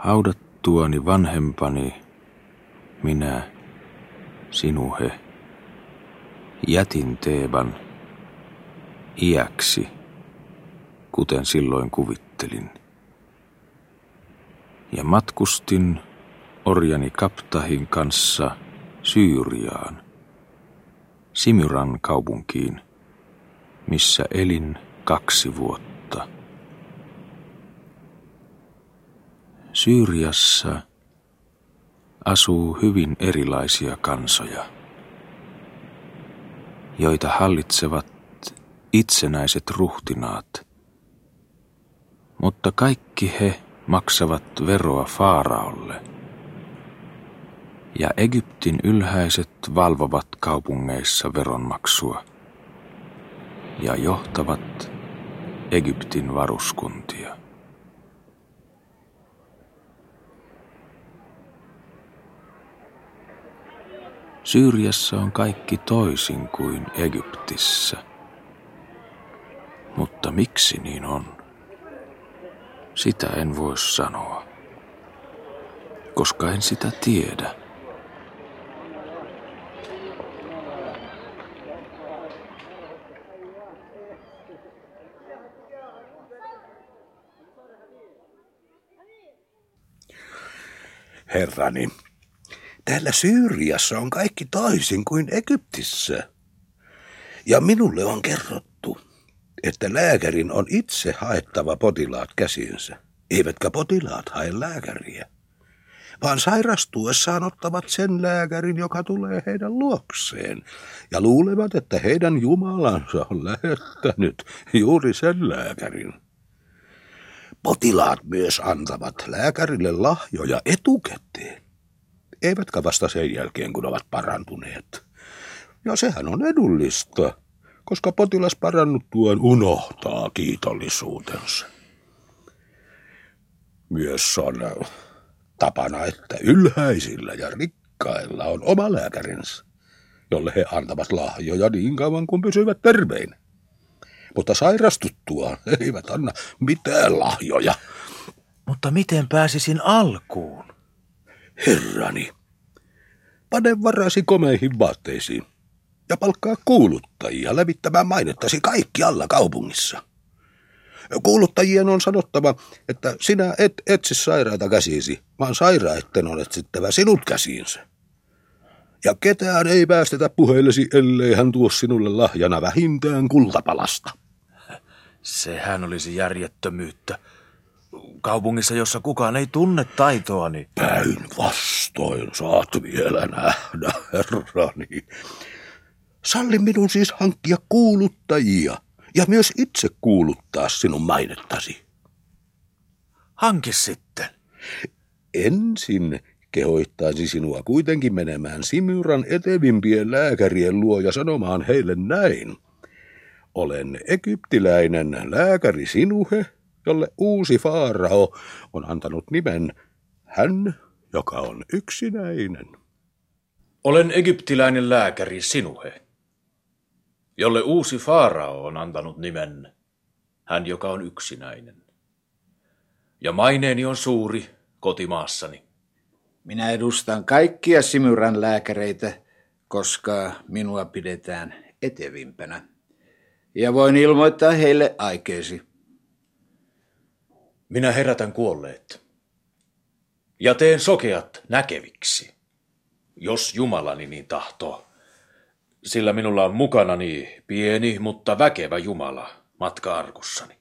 Haudattuani vanhempani, minä, Sinuhe, jätin Theban iäksi, kuten silloin kuvittelin. Ja matkustin orjani Kaptahin kanssa Syyriaan, Simyran kaupunkiin, missä elin 2 vuotta. Syyriassa asuu hyvin erilaisia kansoja, joita hallitsevat itsenäiset ruhtinaat, mutta kaikki he maksavat veroa Faaraolle, ja Egyptin ylhäiset valvovat kaupungeissa veronmaksua ja johtavat Egyptin varuskuntia. Syyriassa on kaikki toisin kuin Egyptissä. Mutta miksi niin on? Sitä en voi sanoa, koska en sitä tiedä. Herrani, täällä Syyriassa on kaikki toisin kuin Egyptissä. Ja minulle on kerrottu, että lääkärin on itse haettava potilaat käsinsä. Eivätkä potilaat hae lääkäriä, vaan sairastuessaan ottavat sen lääkärin, joka tulee heidän luokseen, ja luulevat, että heidän Jumalansa on lähettänyt juuri sen lääkärin. Potilaat myös antavat lääkärille lahjoja etukäteen, eivätkä vasta sen jälkeen, kun ovat parantuneet. Ja sehän on edullista, koska potilas parannuttuaan unohtaa kiitollisuutensa. Myös on tapana, että ylhäisillä ja rikkailla on oma lääkärinsä, jolle he antavat lahjoja niin kauan kuin pysyvät terveinä. Mutta sairastuttuaan he eivät anna mitään lahjoja. Mutta miten pääsisin alkuun? Herrani, pane varasi komeihin vaatteisiin ja palkkaa kuuluttajia levittämään mainettasi kaikkialla kaupungissa. Kuuluttajien on sanottava, että sinä et etsi sairaita käsiisi, vaan sairaitten on etsittävä sinut käsiinsä. Ja ketään ei päästetä puheillesi, ellei hän tuo sinulle lahjana vähintään kultapalasta. Sehän olisi järjettömyyttä. Kaupungissa, jossa kukaan ei tunne taitoani. Päinvastoin saat vielä nähdä, herrani. Salli minun siis hankkia kuuluttajia ja myös itse kuuluttaa sinun mainettasi. Hanki sitten. Ensin kehoittaisi sinua kuitenkin menemään Simyran etevimpien lääkärien luo ja sanomaan heille näin. Olen egyptiläinen lääkäri Sinuhe, jolle uusi Faarao on antanut nimen hän, joka on yksinäinen. Olen egyptiläinen lääkäri Sinuhe, jolle uusi Faarao on antanut nimen hän, joka on yksinäinen. Ja maineeni on suuri kotimaassani. Minä edustan kaikkia Simyran lääkäreitä, koska minua pidetään etevimpänä. Ja voin ilmoittaa heille aikeesi. Minä herätän kuolleet ja teen sokeat näkeviksi, jos Jumalani niin tahtoo. Sillä minulla on mukanani pieni, mutta väkevä Jumala matka-arkussani.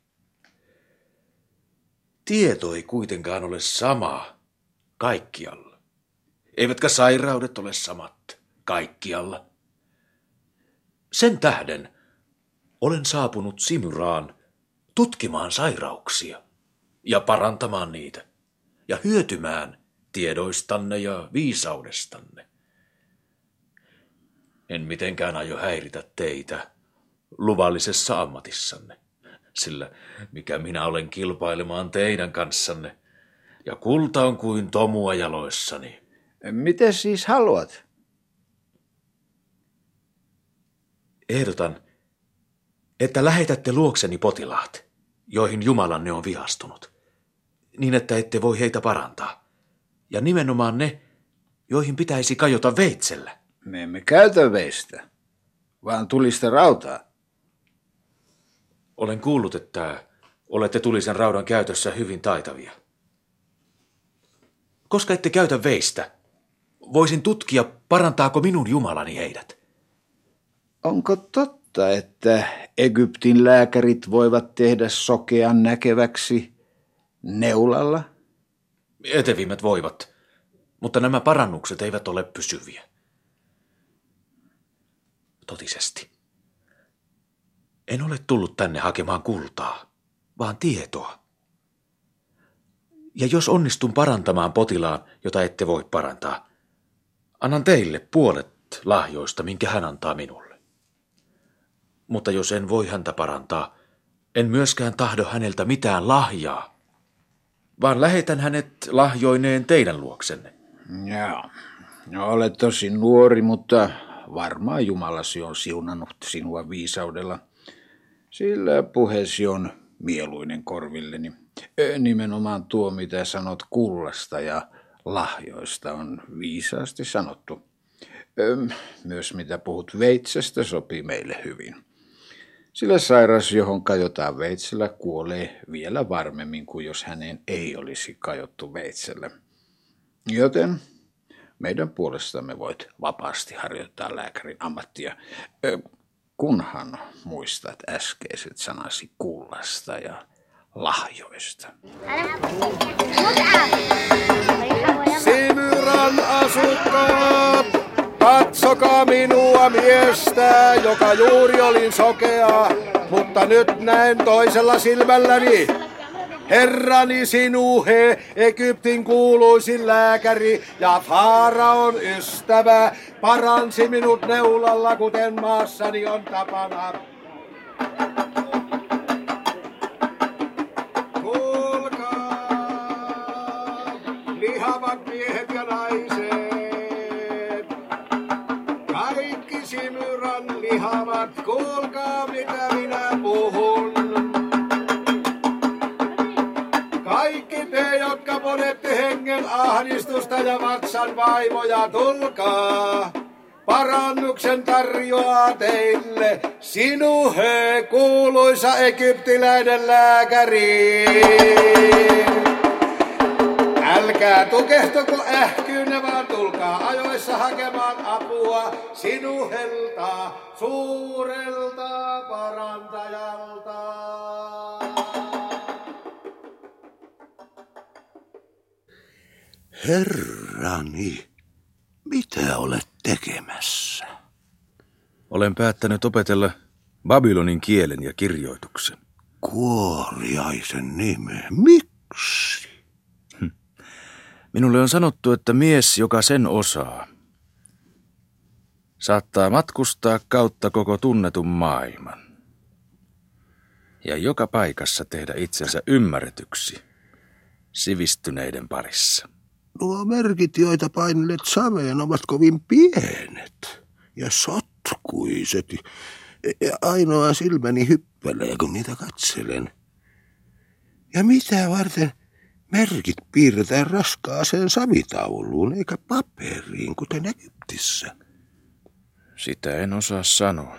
Tieto ei kuitenkaan ole sama kaikkialla. Eivätkä sairaudet ole samat kaikkialla. Sen tähden olen saapunut Simyraan tutkimaan sairauksia ja parantamaan niitä ja hyötymään tiedoistanne ja viisaudestanne. En mitenkään aio häiritä teitä luvallisessa ammatissanne, sillä mikä minä olen kilpailemaan teidän kanssanne, ja kulta on kuin tomua jaloissani. Mitä siis haluat? Ehdotan, että lähetätte luokseni potilaat, joihin Jumalanne on vihastunut. niin että ette voi heitä parantaa. Ja nimenomaan ne, joihin pitäisi kajota veitsellä. Me emme käytä veistä, vaan tulista rautaa. Olen kuullut, että olette tulisen raudan käytössä hyvin taitavia. Koska ette käytä veistä, voisin tutkia, parantaako minun Jumalani heidät. Onko totta, että Egyptin lääkärit voivat tehdä sokean näkeväksi neulalla? Etevimmät voivat, mutta nämä parannukset eivät ole pysyviä. Totisesti. En ole tullut tänne hakemaan kultaa, vaan tietoa. Ja jos onnistun parantamaan potilaan, jota ette voi parantaa, annan teille puolet lahjoista, minkä hän antaa minulle. Mutta jos en voi häntä parantaa, en myöskään tahdo häneltä mitään lahjaa, vaan lähetän hänet lahjoineen teidän luoksenne. Joo. No, olet tosi nuori, mutta varmaan Jumalasi on siunannut sinua viisaudella, sillä puheesi on mieluinen korvilleni. Nimenomaan tuo, mitä sanot kullasta ja lahjoista, on viisaasti sanottu. Myös mitä puhut veitsestä, sopii meille hyvin. Sillä sairas, johon kajotaan veitsellä, kuolee vielä varmemmin kuin jos häneen ei olisi kajottu veitsellä. Joten meidän puolestamme voit vapaasti harjoittaa lääkärin ammattia, kunhan muistat äskeiset sanasi kullasta ja lahjoista. Simyran asukkaat, katsokaa minua miestä, joka juuri olin sokea, mutta nyt näen toisella silmälläni. Herrani Sinuhe, Egyptin kuuluisin lääkäri ja Faaraon ystävä, paransi minut neulalla, kuten maassani on tapana. Kuulkaa, lihavat miehet ja naiset, kaikki Simyran lihavat, kuulkaa mitä minä puhun. Kaikki te, jotka ponette hengen ahdistusta ja vatsan vaivoja, tulkaa. Parannuksen tarjoaa teille Sinuhe, kuuluisa egyptiläinen lääkäri. Älkää tukehtuko ähkyynne, vaan tulkaa ajoissa hakemaan apua Sinuhelta, suurelta parantajalta. Herrani, mitä olet tekemässä? Olen päättänyt opetella Babylonin kielen ja kirjoituksen. Kuoriaisen nime, miksi? Minulle on sanottu, että mies, joka sen osaa, saattaa matkustaa kautta koko tunnetun maailman ja joka paikassa tehdä itsensä ymmärretyksi sivistyneiden parissa. Nuo merkit, joita painelet saveen, ovat kovin pienet ja sotkuiset. Ja ainoa silmäni hyppelee, kun niitä katselen. Ja mitä varten merkit piirretään raskaaseen savitauluun eikä paperiin, kuten Egyptissä? Sitä en osaa sanoa.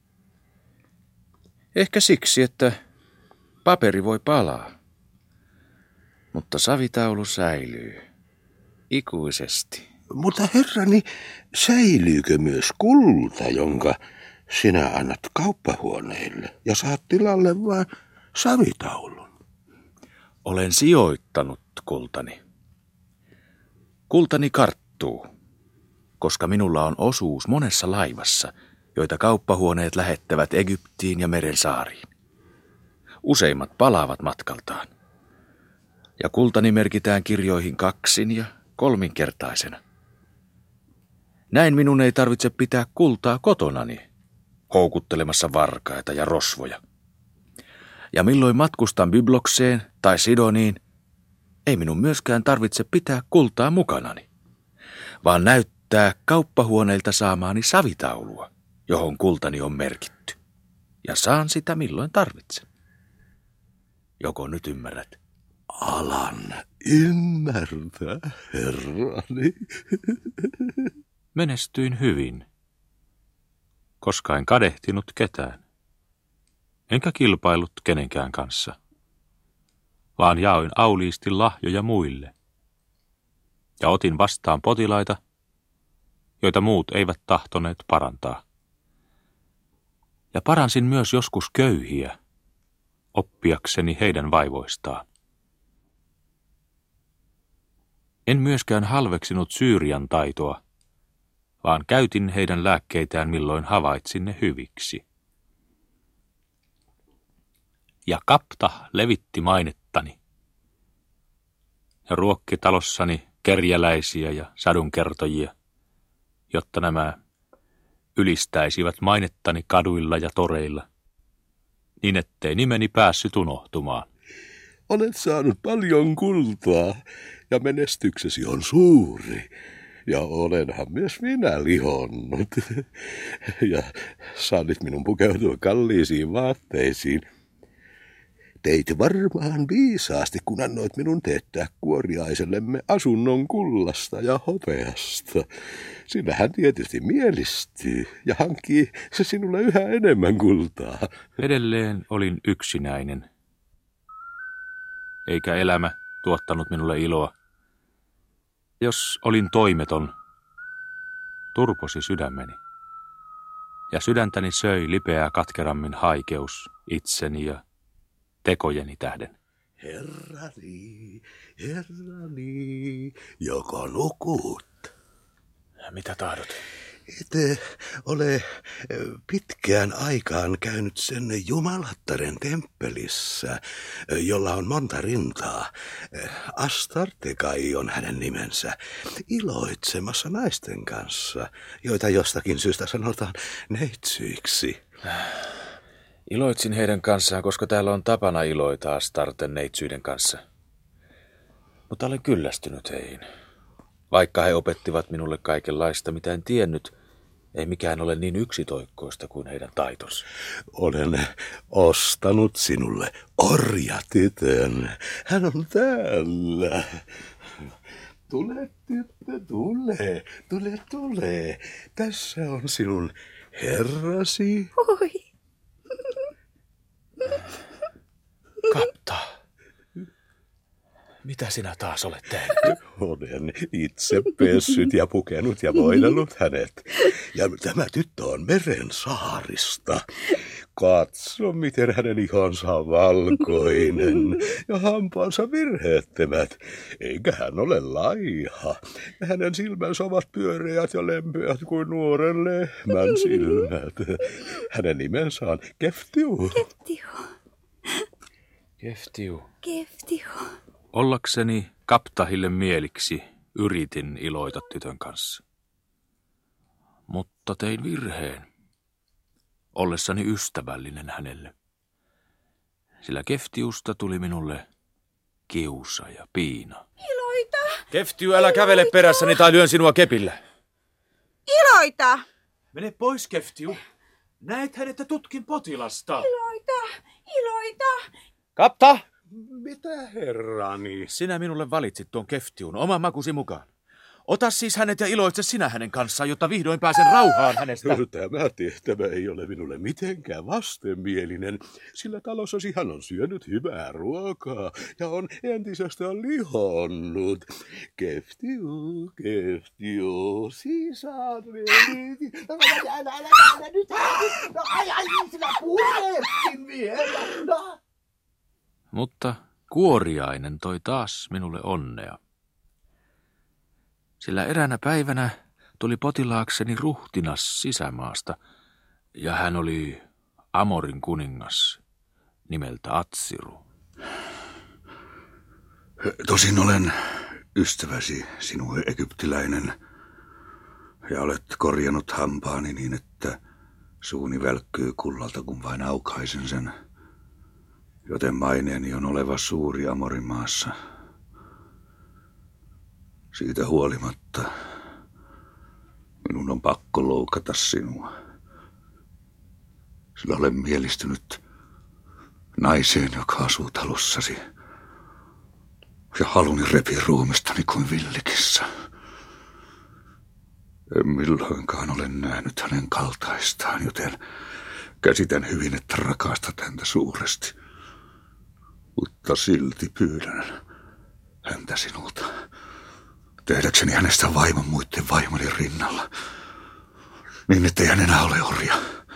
Ehkä siksi, että paperi voi palaa, mutta savitaulu säilyy ikuisesti. Mutta herrani, säilyykö myös kulta, jonka sinä annat kauppahuoneille ja saat tilalle vain savitaulun? Olen sijoittanut kultani. Kultani karttuu, koska minulla on osuus monessa laivassa, joita kauppahuoneet lähettävät Egyptiin ja meren saariin. Useimmat palaavat matkaltaan. Ja kultani merkitään kirjoihin 2- ja 3-kertaisena. Näin minun ei tarvitse pitää kultaa kotonani, houkuttelemassa varkaita ja rosvoja. Ja milloin matkustan Byblokseen tai Sidoniin, ei minun myöskään tarvitse pitää kultaa mukanani, vaan näyttää kauppahuoneilta saamaani savitaulua, johon kultani on merkitty, ja saan sitä milloin tarvitsen. Joko nyt ymmärrät? alan ymmärtää, herrani. Menestyin hyvin, koska en kadehtinut ketään, enkä kilpailut kenenkään kanssa, vaan jaoin auliisti lahjoja muille ja otin vastaan potilaita, joita muut eivät tahtoneet parantaa. Ja paransin myös joskus köyhiä, oppiakseni heidän vaivoistaan. En myöskään halveksinut Syyrian taitoa, vaan käytin heidän lääkkeitään milloin havaitsin ne hyviksi. Ja Kapta levitti mainettani ja ruokki talossani kerjäläisiä ja sadunkertojia, jotta nämä ylistäisivät mainettani kaduilla ja toreilla, niin ettei nimeni päässyt unohtumaan. Olet saanut paljon kultaa ja menestyksesi on suuri. Ja olenhan myös minä lihonnut. Ja saanit minun pukeutua kalliisiin vaatteisiin. Teit varmaan viisaasti, kun annoit minun teettää kuoriaisellemme asunnon kullasta ja hopeasta. Sillä hän tietysti mielistyy ja hankkii se sinulle yhä enemmän kultaa. Edelleen olin yksinäinen, eikä elämä tuottanut minulle iloa. Jos olin toimeton, turposi sydämeni, ja sydäntäni söi lipeää katkerammin haikeus itseni ja tekojeni tähden. Herrani, joko nukut? Mitä tahdot? Et ole pitkään aikaan käynyt sen Jumalattaren temppelissä, jolla on monta rintaa. Astarte kai on hänen nimensä, iloitsemassa naisten kanssa, joita jostakin syystä sanotaan neitsyiksi. Iloitsin heidän kanssaan, koska täällä on tapana iloita Astarten neitsyiden kanssa. Mutta olen kyllästynyt heihin. Vaikka he opettivat minulle kaikenlaista, mitä en tiennyt, ei mikään ole niin yksitoikkoista kuin heidän taitonsa. Olen ostanut sinulle orjatytön. Hän on täällä. Tule, tyttö, tule. Tässä on sinun herrasi. Oi. Kapta, mitä sinä taas olet tehnyt? Olen itse pessyt ja pukenut ja voidellut hänet. Ja tämä tyttö on meren saarista. Katso, miten hänen ihonsa on valkoinen ja hampaansa virheettömät. Eikä hän ole laiha. Hänen silmänsä ovat pyöreät ja lempeät kuin nuoren lehmän silmät. Hänen nimensä on Keftiu. Keftiu. Ollakseni Kaptahille mieliksi yritin iloita tytön kanssa. Mutta tein virheen, ollessani ystävällinen hänelle. Sillä Keftiusta tuli minulle kiusa ja piina. Iloita. Keftiu, älä kävele perässäni tai lyön sinua kepillä. Iloita. Mene pois, Keftiu. Näethän, että tutkin potilasta. Iloita. Kapta! Mitä herrani? Sinä minulle valitsit tuon Keftiun oman makusi mukaan. Ota siis hänet ja iloitse sinä hänen kanssaan, jotta vihdoin pääsen rauhaan hänestä. Tämä tehtävä ei ole minulle mitenkään vastenmielinen, sillä talossasi hän on syönyt hyvää ruokaa ja on entisestään lihonnut. Keftiu, sisareni. Nyt sinä puretkin vielä. Mutta kuoriainen toi taas minulle onnea. Sillä eräänä päivänä tuli potilaakseni ruhtinas sisämaasta, ja hän oli Amorin kuningas nimeltä Atsiru. Tosin olen ystäväsi, sinun egyptiläinen, ja olet korjannut hampaani niin, että suuni välkkyy kullalta, kun vain aukaisen sen. Joten maineeni on oleva suuri Amorin maassa. Siitä huolimatta minun on pakko loukata sinua. Sillä olen mielistynyt naiseen, joka asuu talossasi. Ja haluni repi ruumistani kuin villikissa. En milloinkaan ole nähnyt hänen kaltaistaan, joten käsitän hyvin, että rakastat häntä suuresti. Mutta silti pyydän häntä sinulta, tehdäkseni hänestä vaimon muiden vaimoni rinnalla, niin ettei hän enää ole orja.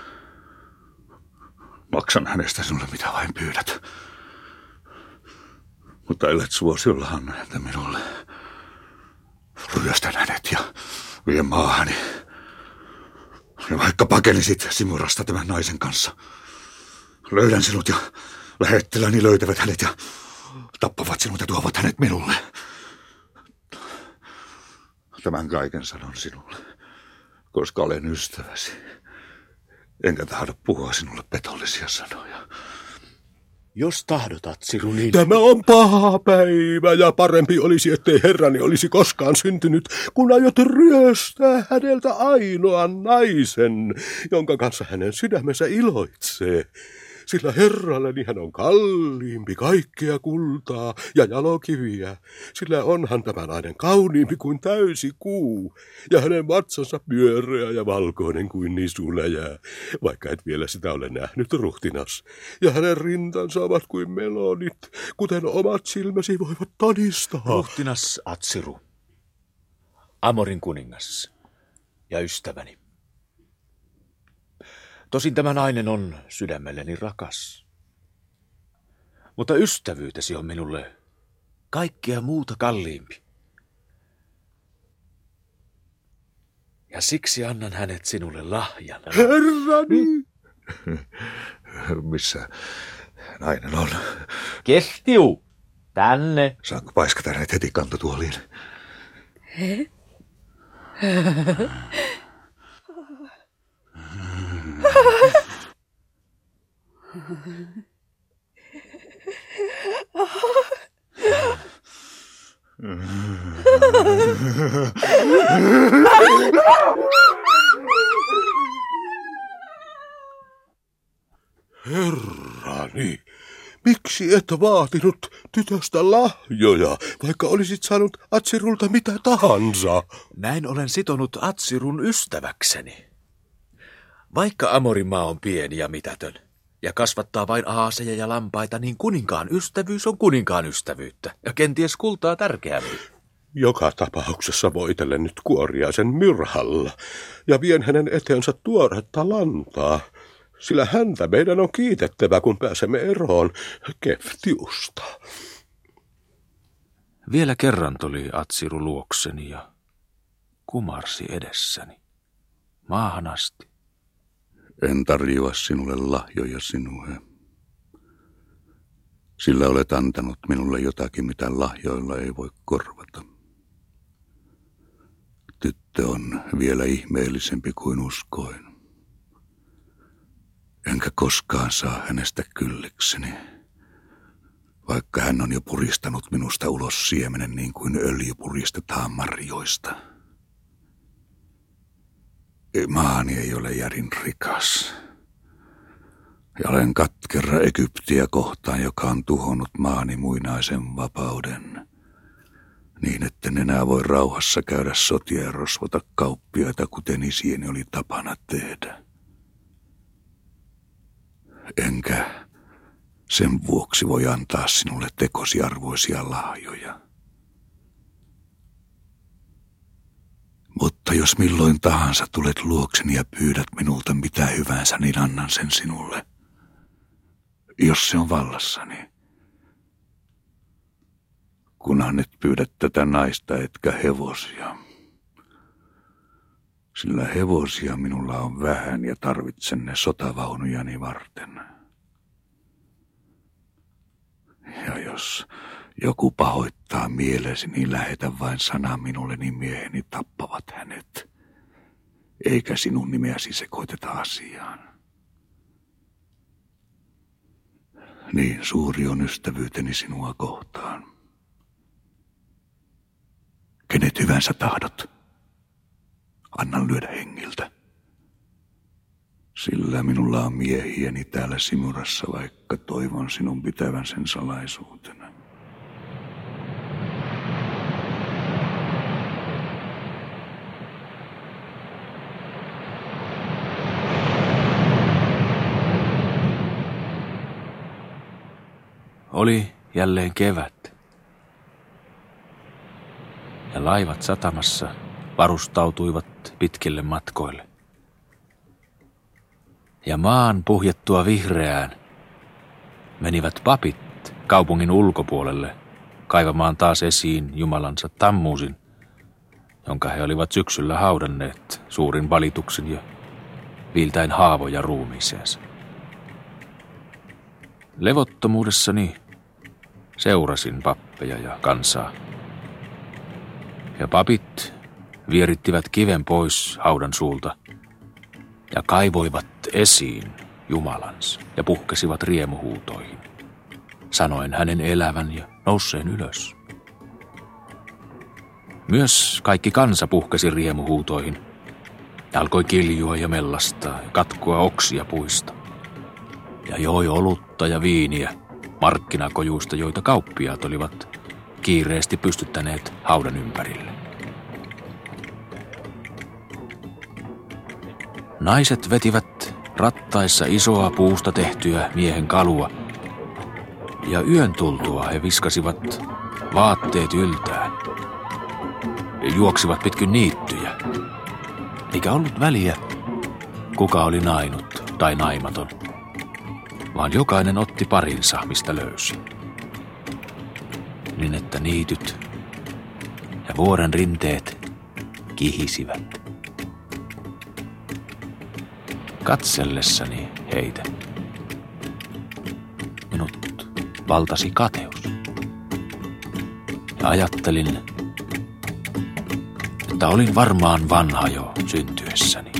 Maksan hänestä sinulle mitä vain pyydät. Mutta ellei suosiolla anna häntä minulle. Ryöstän hänet ja vien maahani. Ja vaikka pakenisit Simurasta tämän naisen kanssa, löydän sinut ja lähettiläni löytävät hänet ja tappavat sinut ja tuovat hänet minulle. Tämän kaiken sanon sinulle, koska olen ystäväsi. Enkä tahdo puhua sinulle petollisia sanoja. Jos tahdot, Atsiru, niin... Tämä on paha päivä ja parempi olisi, ettei herrani olisi koskaan syntynyt, kun aiot ryöstää häneltä ainoan naisen, jonka kanssa hänen sydämensä iloitsee. Sillä herralleni hän on kalliimpi kaikkea kultaa ja jalokiviä, sillä onhan tämä nainen kauniimpi kuin täysi kuu, ja hänen vatsansa pyöreä ja valkoinen kuin nisuläjä, vaikka et vielä sitä ole nähnyt, ruhtinas, ja hänen rintansa ovat kuin melonit, kuten omat silmäsi voivat todistaa. Ruhtinas Atsiru, Amorin kuningas ja ystäväni. Tosin tämä nainen on sydämelleni rakas. Mutta ystävyytesi on minulle kaikkea muuta kalliimpi. Ja siksi annan hänet sinulle lahjana. Herrani! Missä nainen on? Keftiu, tänne. Saanko paiskata hänet heti kantotuoliin? Herrani, miksi et vaatinut tytöstä lahjoja, vaikka olisit saanut Atsirulta mitä tahansa? Näin olen sitonut Atsirun ystäväkseni. Vaikka Amorin maa on pieni ja mitätön, ja kasvattaa vain aaseja ja lampaita, niin kuninkaan ystävyys on kuninkaan ystävyyttä, ja kenties kultaa tärkeämmin. Joka tapauksessa voitelen nyt Kuoriaisen myrhalla, ja vien hänen eteensä tuoretta lantaa, sillä häntä meidän on kiitettävä, kun pääsemme eroon Keftiusta. Vielä kerran tuli Atsiru luokseni ja kumarsi edessäni, maahan asti. En tarjoa sinulle lahjoja sinuhe, sillä olet antanut minulle jotakin, mitä lahjoilla ei voi korvata. Tyttö on vielä ihmeellisempi kuin uskoin, enkä koskaan saa hänestä kyllikseni, vaikka hän on jo puristanut minusta ulos siemenen niin kuin öljy puristetaan marjoista. Maani ei ole järin rikas, ja olen katkera Egyptiä kohtaan, joka on tuhonnut maani muinaisen vapauden, niin etten enää voi rauhassa käydä sotia ja rosvota kauppiaita, kuten isieni oli tapana tehdä. Enkä sen vuoksi voi antaa sinulle tekosi arvoisia lahjoja. Mutta jos milloin tahansa tulet luokseni ja pyydät minulta mitä hyvänsä, niin annan sen sinulle, jos se on vallassani. Kunhan et pyydä tätä naista etkä hevosia, sillä hevosia minulla on vähän ja tarvitsen ne sotavaunujani varten. Ja jos joku pahoittaa mielesi, niin lähetä vain sana minulle, niin mieheni tappavat hänet. Eikä sinun nimeäsi sekoiteta asiaan. Niin suuri on ystävyyteni sinua kohtaan. Kenet hyvänsä tahdot, annan lyödä hengiltä. Sillä minulla on miehiäni täällä Simurassa, vaikka toivon sinun pitävän sen salaisuutena. Oli jälleen kevät. Ja laivat satamassa varustautuivat pitkille matkoille. Ja maan puhjettua vihreään menivät papit kaupungin ulkopuolelle kaivamaan taas esiin Jumalansa Tammusin, jonka he olivat syksyllä haudanneet suurin valituksin ja viiltäen haavoja ruumiiseensa. Levottomuudessani seurasin pappeja ja kansaa. Ja papit vierittivät kiven pois haudan suulta ja kaivoivat esiin Jumalansa ja puhkesivat riemuhuutoihin, sanoen hänen elävän ja nousseen ylös. Myös kaikki kansa puhkesi riemuhuutoihin ja alkoi kiljua ja mellastaa ja katkoa oksia puista. Ja joi olutta ja viiniä markkinakojuista, joita kauppiaat olivat kiireesti pystyttäneet haudan ympärille. Naiset vetivät rattaissa isoa puusta tehtyä miehen kalua, ja yön tultua he viskasivat vaatteet yltään ja juoksivat pitkin niittyjä. Eikä ollut väliä, kuka oli nainut tai naimaton, vaan jokainen otti parinsa, mistä löysi. Niin että niityt ja vuoren rinteet kihisivät. Katsellessani heitä minut valtasi kateus. Ja ajattelin, että olin varmaan vanha jo syntyessäni.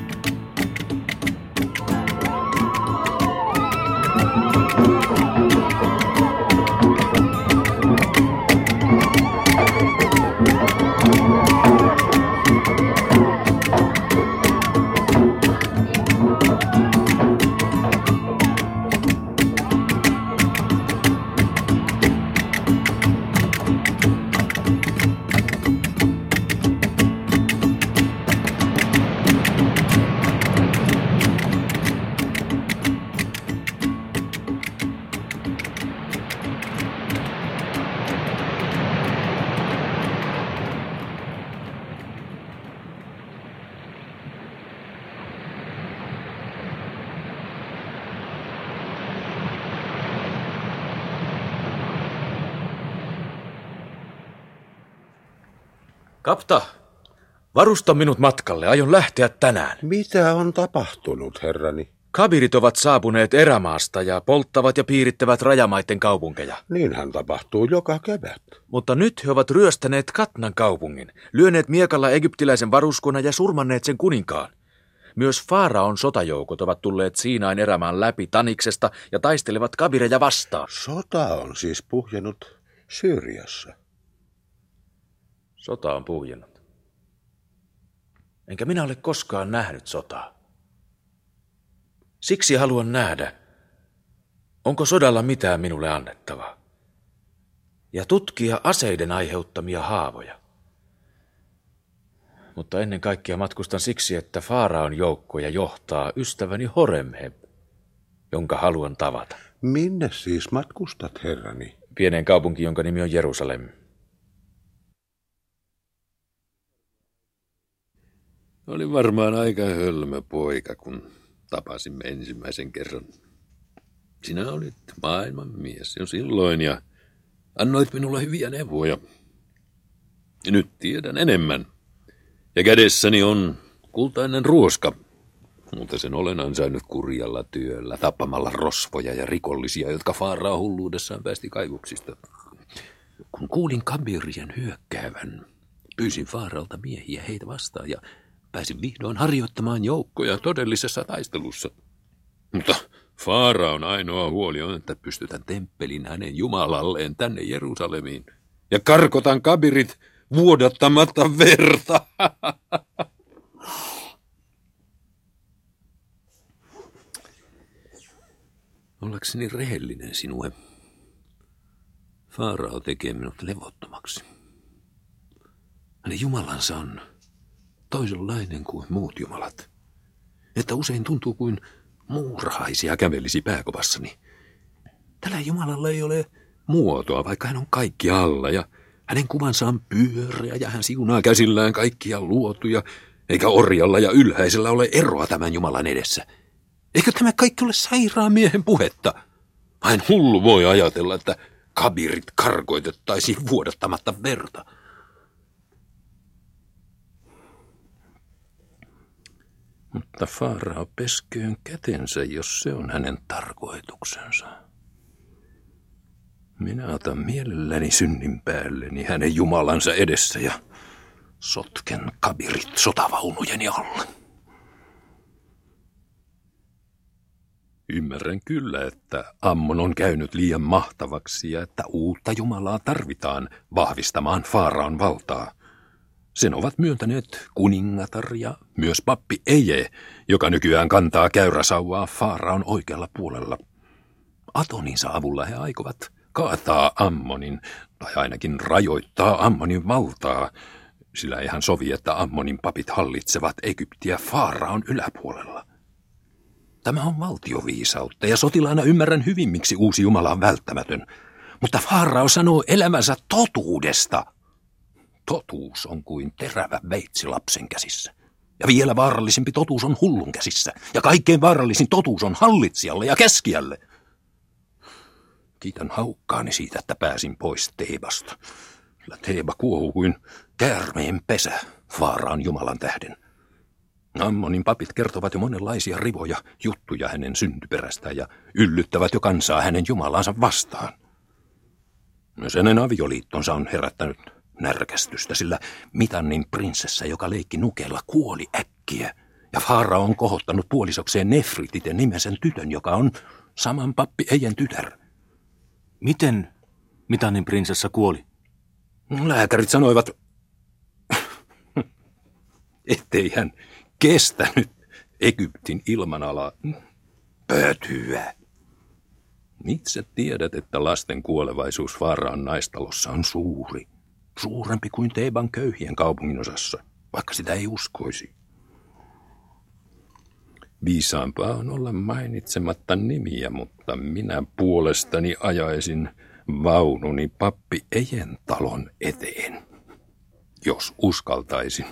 Kapta, varusta minut matkalle. Aion lähteä tänään. Mitä on tapahtunut, herrani? Kabirit ovat saapuneet erämaasta ja polttavat ja piirittävät rajamaiden kaupunkeja. Niinhän tapahtuu joka kevät. Mutta nyt he ovat ryöstäneet Katnan kaupungin, lyöneet miekalla egyptiläisen varuskunnan ja surmanneet sen kuninkaan. Myös Faaraon sotajoukot ovat tulleet Siinain erämaan läpi Taniksesta ja taistelevat kabireja vastaan. Sota on siis puhjennut Syyriassa. Sota on puhjennut. Enkä minä ole koskaan nähnyt sotaa. Siksi haluan nähdä, onko sodalla mitään minulle annettavaa. Ja tutkia aseiden aiheuttamia haavoja. Mutta ennen kaikkea matkustan siksi, että Faaraon joukkoja johtaa ystäväni Horemheb, jonka haluan tavata. Minne siis matkustat, herrani? Pieneen kaupunkiin, jonka nimi on Jerusalem. Oli varmaan aika hölmö poika, kun tapasimme ensimmäisen kerran. Sinä olit maailman mies jo silloin ja annoit minulle hyviä neuvoja. Ja nyt tiedän enemmän. Ja kädessäni on kultainen ruoska, mutta sen olen ansainnut kurjalla työllä, tappamalla rosvoja ja rikollisia, jotka Faarao hulluudessaan päästi kaivoksista. Kun kuulin kabirien hyökkäävän, pyysin Faaralta miehiä heitä vastaan ja pääsin vihdoin harjoittamaan joukkoja todellisessa taistelussa. Mutta Faaraon ainoa huoli on, että pystytän temppelin hänen jumalalleen tänne Jerusalemiin ja karkotan kabirit vuodattamatta verta. Ollakseni rehellinen sinue, Faarao tekee minut levottomaksi. Hänen jumalansa on toisenlainen kuin muut jumalat, että usein tuntuu kuin muurahaisia kävelisi pääkopassani. Tällä Jumalalla ei ole muotoa, vaikka hän on kaikki alla ja hänen kuvansa on pyöreä ja hän siunaa käsillään kaikkia luotuja, eikä orjalla ja ylhäisellä ole eroa tämän Jumalan edessä. Eikö tämä kaikki ole sairaan miehen puhetta? Vain hullu voi ajatella, että kabirit karkoitettaisiin vuodattamatta verta. Mutta Farao pesköön kätensä, jos se on hänen tarkoituksensa. Minä otan mielelläni synnin päälleni hänen Jumalansa edessä ja sotken kabirit sotavaunujeni alle. Ymmärrän kyllä, että Ammon on käynyt liian mahtavaksi ja että uutta Jumalaa tarvitaan vahvistamaan Faraon valtaa. Sen ovat myöntäneet kuningatar ja myös pappi Eje, joka nykyään kantaa käyräsauvaa Faraon oikealla puolella. Atoninsa avulla he aikovat kaataa Ammonin, tai ainakin rajoittaa Ammonin valtaa, sillä eihän sovi, että Ammonin papit hallitsevat Egyptiä Faraon yläpuolella. Tämä on valtioviisautta, ja sotilaana ymmärrän hyvin, miksi uusi Jumala on välttämätön. Mutta Farao sanoo elämänsä totuudesta. Totuus on kuin terävä veitsi lapsen käsissä. Ja vielä vaarallisempi totuus on hullun käsissä. Ja kaikkein vaarallisin totuus on hallitsijalle ja keskiälle. Kiitän haukkaani siitä, että pääsin pois Teebasta. Sillä Teeba kuohuu kuin käärmeen pesä Faraon Jumalan tähden. Ammonin papit kertovat jo monenlaisia rivoja juttuja hänen syntyperästään ja yllyttävät jo kansaa hänen Jumalansa vastaan. Myös hänen avioliittonsa on herättänyt närkästystä, sillä Mitannin prinsessa, joka leikki nukeella, kuoli äkkiä. Ja Farao on kohottanut puolisokseen Nefrititen nimisen tytön, joka on saman pappi Ejen tytär. Miten Mitannin prinsessa kuoli? Lääkärit sanoivat, ettei hän kestänyt Egyptin ilmanalaa pötyä. Itse tiedät, että lasten kuolevaisuus Faraon naistalossa on suuri. Suurempi kuin Teeban köyhien kaupunginosassa, vaikka sitä ei uskoisi. Viisaampaa on olla mainitsematta nimiä, mutta minä puolestani ajaisin vaununi pappi Ejen talon eteen, jos uskaltaisin.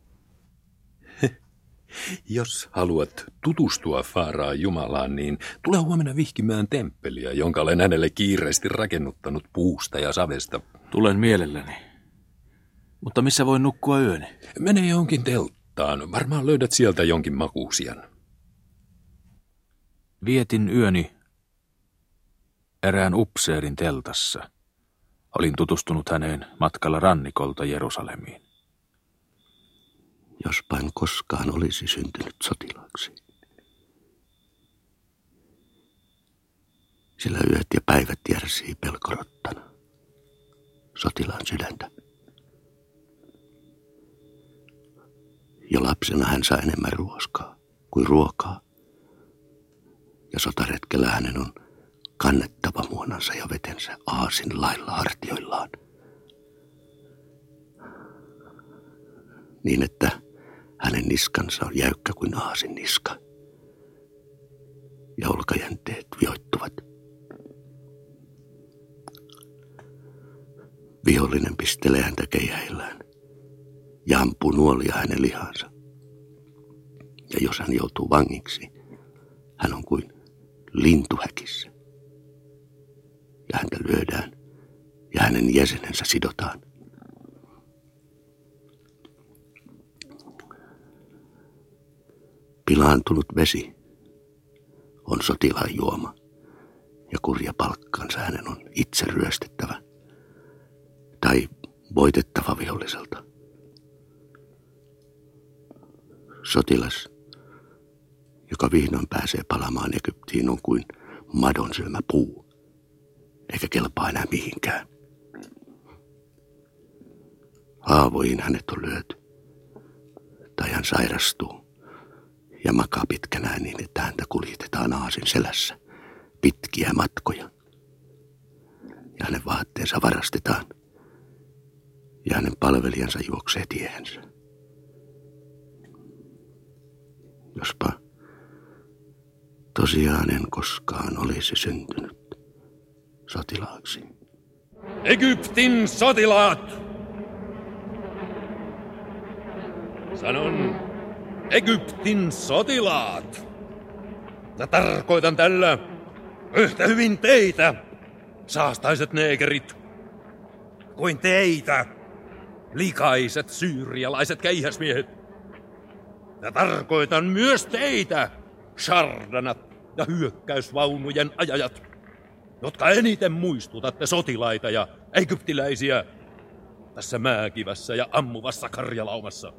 Jos haluat tutustua Faraon Jumalaan, niin tule huomenna vihkimään temppeliä, jonka olen hänelle kiireesti rakennuttanut puusta ja savesta. Tulen mielelläni. Mutta missä voin nukkua yöni? Mene johonkin telttaan. Varmaan löydät sieltä jonkin makuusian. Vietin yöni erään upseerin teltassa. Olin tutustunut häneen matkalla rannikolta Jerusalemiin. Jospa en koskaan olisi syntynyt sotilaaksi. Sillä yöt ja päivät järsii pelkorottana sotilaan sydäntä. Jo lapsena hän sai enemmän ruoskaa kuin ruokaa. Ja sotaretkellä hänen on kannettava muonansa ja vetensä aasin lailla hartioillaan. Niin että hänen niskansa on jäykkä kuin aasin niska. Ja olkajänteet vioittuvat. Vihollinen pistelee häntä keihäillään ja ampuu nuolia hänen lihansa. Ja jos hän joutuu vangiksi, hän on kuin lintu häkissä. Ja häntä lyödään ja hänen jäsenensä sidotaan. Pilaantunut vesi on sotilaan juoma ja kurja palkkansa hänen on itse ryöstettävä tai voitettava viholliselta. Sotilas, joka vihdoin pääsee palaamaan Egyptiin, on kuin madon syömä puu, eikä kelpaa enää mihinkään. Haavoihin hänet on lyöty, tai hän sairastuu ja makaa pitkänään niin, että häntä kuljetetaan aasin selässä pitkiä matkoja. Ja hänen vaatteensa varastetaan, ja hänen palvelijansa juoksee tiehensä. Jospa tosiaan en koskaan olisi syntynyt sotilaaksi. Egyptin sotilaat! Sanon, Egyptin sotilaat! Ja tarkoitan tällä yhtä hyvin teitä, saastaiset neekerit, kuin teitä, likaiset syyrialaiset keihäsmiehet. Ja tarkoitan myös teitä, shardanat ja hyökkäysvaunujen ajajat, jotka eniten muistutatte sotilaita ja egyptiläisiä tässä määkivässä ja ammuvassa karjalaumassa.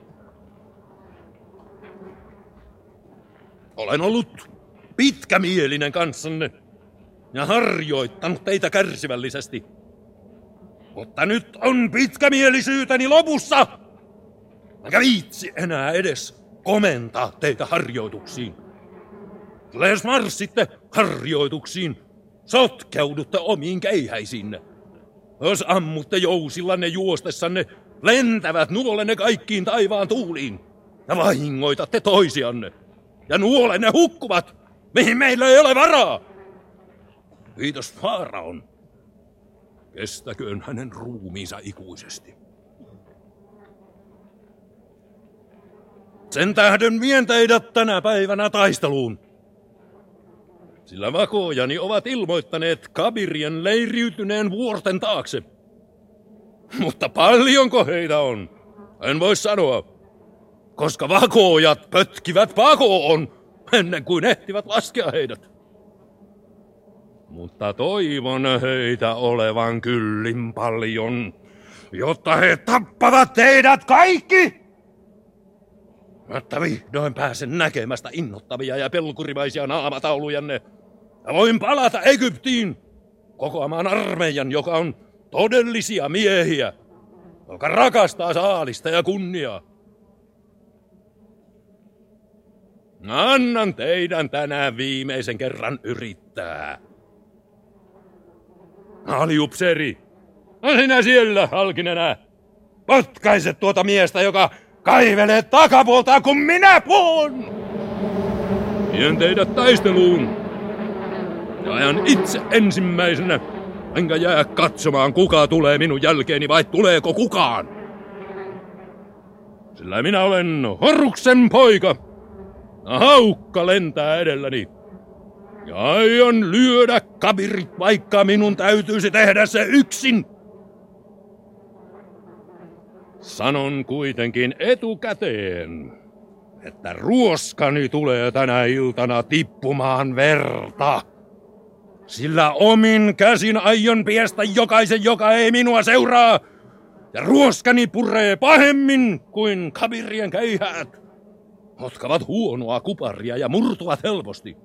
Olen ollut pitkämielinen kanssanne ja harjoittanut teitä kärsivällisesti. Mutta nyt on pitkämielisyyteni lopussa, enkä viitsi enää edes komentaa teitä harjoituksiin. Jos marssitte harjoituksiin, sotkeudutte omiin keihäisinne. Jos ammutte jousillanne juostessanne, lentävät nuolenne kaikkiin taivaan tuuliin ja vahingoitatte toisianne. Ja nuolenne hukkuvat, mihin meillä ei ole varaa. Kiitos Faaraon. Kestäköön hänen ruumiinsa ikuisesti. Sen tähden vien teidät tänä päivänä taisteluun. Sillä vakoojani ovat ilmoittaneet Kabirien leiriytyneen vuorten taakse. Mutta paljonko heitä on? En voi sanoa. Koska vakoojat pötkivät pakoon ennen kuin ehtivät laskea heidät. Mutta toivon heitä olevan kyllin paljon, jotta he tappavat teidät kaikki. Jotta vihdoin pääsen näkemästä innoittavia ja pelkurimaisia naamataulujanne. Ja voin palata Egyptiin kokoamaan armeijan, joka on todellisia miehiä, joka rakastaa saalista ja kunniaa. Annan teidän tänään viimeisen kerran yrittää. Aliupseeri, sinä siellä, Halkinenä. Potkaise tuota miestä, joka kaivelee takapuoltaan, kun minä puhun! Vien teidät taisteluun. Ja ajan itse ensimmäisenä, enkä jää katsomaan, kuka tulee minun jälkeeni vai tuleeko kukaan. Sillä minä olen Horuksen poika. Haukka lentää edelläni. Ja aion lyödä Kabirit, vaikka minun täytyisi tehdä se yksin. Sanon kuitenkin etukäteen, että ruoskani tulee tänä iltana tippumaan verta. Sillä omin käsin aion piestä jokaisen, joka ei minua seuraa. Ja ruoskani puree pahemmin kuin Kabirien keihäät, jotka ovat huonoa kuparia ja murtuvat helposti.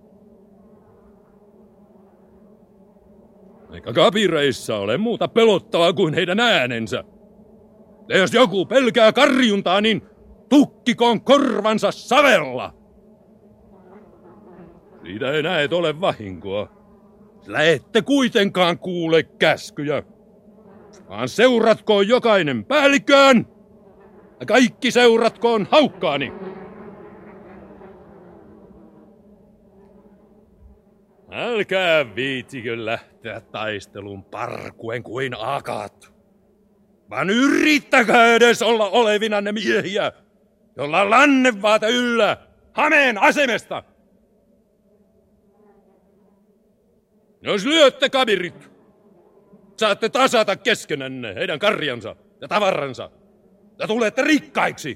Eikä Kabireissa ole muuta pelottavaa kuin heidän äänensä. Ja jos joku pelkää karjuntaa, niin tukkikoon korvansa savella. Siitä ei näet ole vahinkoa, sillä ette kuitenkaan kuule käskyjä, vaan seuratkoon jokainen päällikköön ja kaikki seuratkoon haukkaani. Älkää viitsikö lähteä taisteluun parkuen kuin akat, vaan yrittäkää edes olla olevinanne miehiä, jolla on lannevaate yllä hameen asemesta. Jos lyötte Kabirit, saatte tasata keskenänne heidän karjansa ja tavaransa ja tulette rikkaiksi.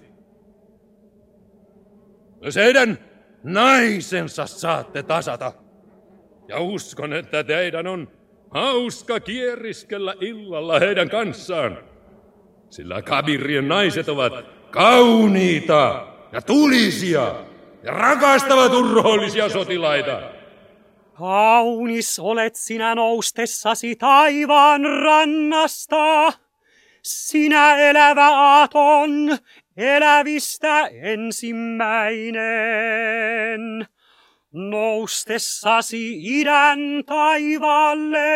Jos heidän naisensa saatte tasata, ja uskon, että teidän on hauska kieriskellä illalla heidän kanssaan, sillä Kabirien naiset ovat kauniita ja tulisia ja rakastavat urhoollisia sotilaita. Kaunis olet sinä noustessasi taivaan rannasta, sinä elävä aaton, elävistä ensimmäinen. Noustessasi idän taivaalle,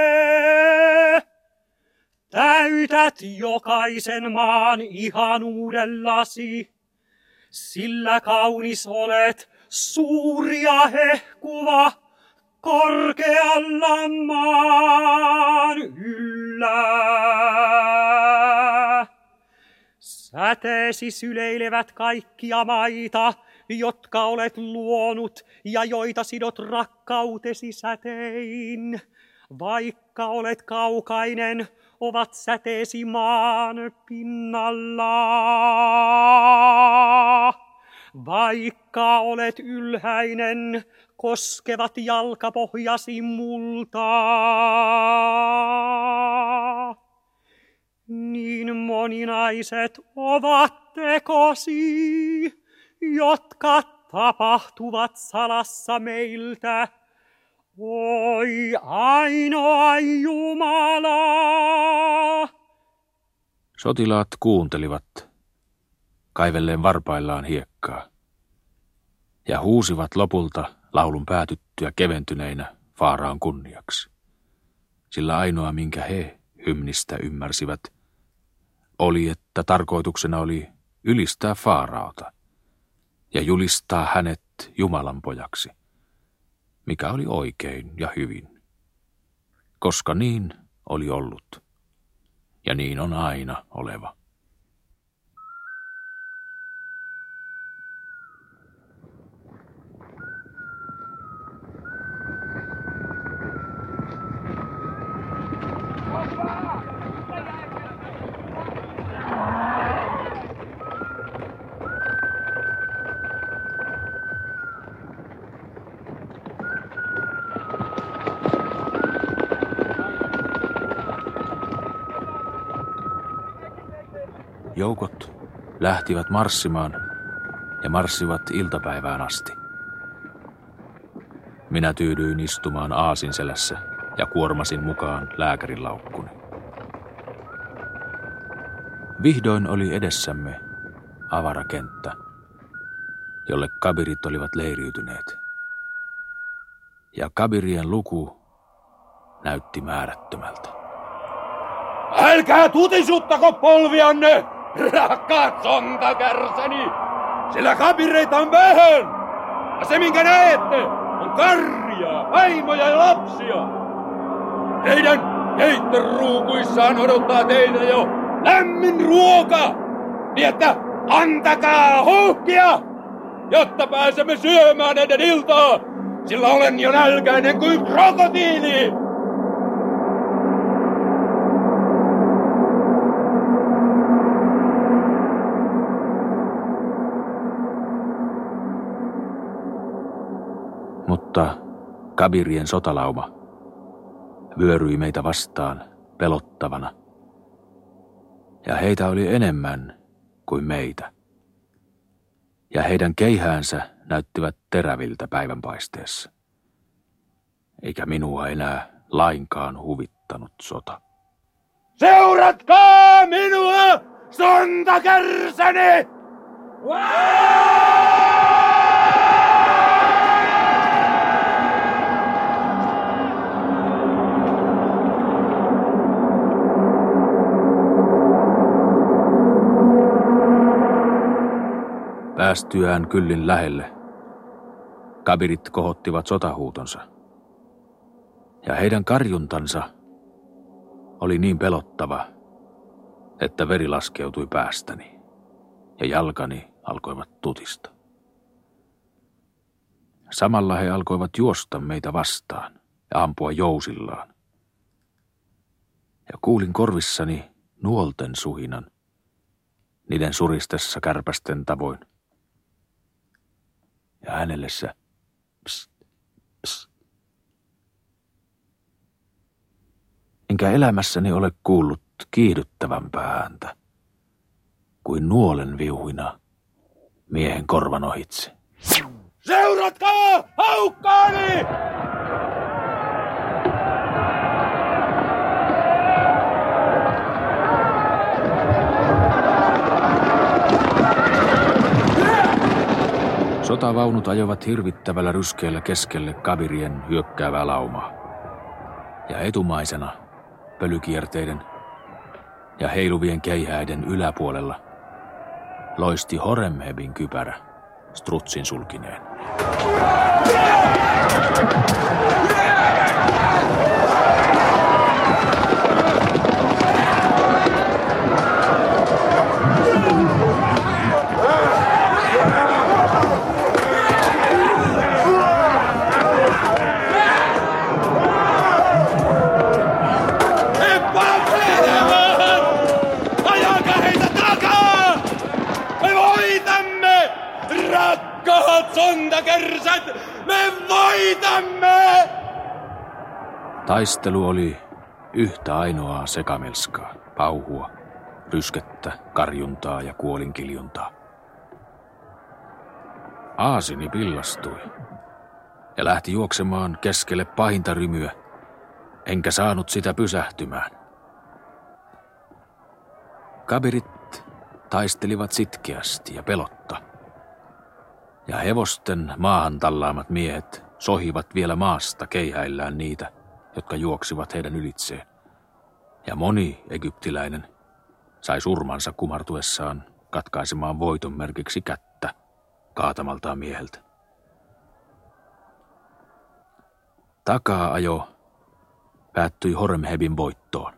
täytät jokaisen maan ihanuudellasi, sillä kaunis olet, suuri ja hehkuva, korkealla maan yllä. Säteesi syleilevät kaikkia maita, jotka olet luonut ja joita sidot rakkautesi sätein. Vaikka olet kaukainen, ovat säteesi maan pinnalla. Vaikka olet ylhäinen, koskevat jalkapohjasi multaa. Niin moninaiset ovat tekosi, jotka tapahtuvat salassa meiltä. Oi ainoa Jumala! Sotilaat kuuntelivat, kaivelleen varpaillaan hiekkaa, ja huusivat lopulta laulun päätyttyä keventyneinä Faaraon kunniaksi. Sillä ainoa, minkä he hymnistä ymmärsivät, oli, että tarkoituksena oli ylistää Faaraota ja julistaa hänet Jumalan pojaksi, mikä oli oikein ja hyvin, koska niin oli ollut ja niin on aina oleva. Joukot lähtivät marssimaan ja marssivat iltapäivään asti. Minä tyydyin istumaan aasinselässä ja kuormasin mukaan lääkärin laukkuni. Vihdoin oli edessämme avara kenttä, jolle kabirit olivat leiriytyneet. Ja kabirien luku näytti määrättömältä. Älkää tutisuttako polvianne, rakkaat sontakärsäni, sillä kabireita on vähän. Ja se, minkä näette, on karjaa, vaimoja ja lapsia. Teidän keittoruukuissaan odottaa teitä jo lämmin ruoka, niin että antakaa huuhkia, jotta pääsemme syömään ennen iltaa, sillä olen jo nälkäinen kuin krokotiili. Mutta kabirien sotalauma vyöryi meitä vastaan pelottavana, ja heitä oli enemmän kuin meitä, ja heidän keihäänsä näyttivät teräviltä päivänpaisteessa, eikä minua enää lainkaan huvittanut sota. Seuratkaa minua, sontakärsäni! Päästyään kyllin lähelle, kabirit kohottivat sotahuutonsa, ja heidän karjuntansa oli niin pelottava, että veri laskeutui päästäni, ja jalkani alkoivat tutista. Samalla he alkoivat juosta meitä vastaan ja ampua jousillaan. Ja kuulin korvissani nuolten suhinan, niiden suristessa kärpästen tavoin. Ja äänellessä pst, pst. Enkä elämässäni ole kuullut kiihdyttävämpää ääntä kuin nuolen viuhina miehen korvan ohitse. Seuratkaa haukkaani! Sotavaunut ajoivat hirvittävällä ryskeellä keskelle kabirien hyökkäävää laumaa. Ja etumaisena pölykierteiden ja heiluvien keihäiden yläpuolella loisti Horemhebin kypärä strutsin sulkineen. Voitamme! Taistelu oli yhtä ainoaa sekamelskaa, pauhua, ryskettä, karjuntaa ja kuolinkiljuntaa. Aasini pillastui ja lähti juoksemaan keskelle pahinta rymyä, enkä saanut sitä pysähtymään. Kabirit taistelivat sitkeästi ja pelotta, ja hevosten maahan tallaamat miehet sohivat vielä maasta keihäillään niitä, jotka juoksivat heidän ylitseen. Ja moni egyptiläinen sai surmansa kumartuessaan katkaisemaan voiton merkiksi kättä kaatamaltaan mieheltä. Takaa-ajo päättyi Horemhebin voittoon.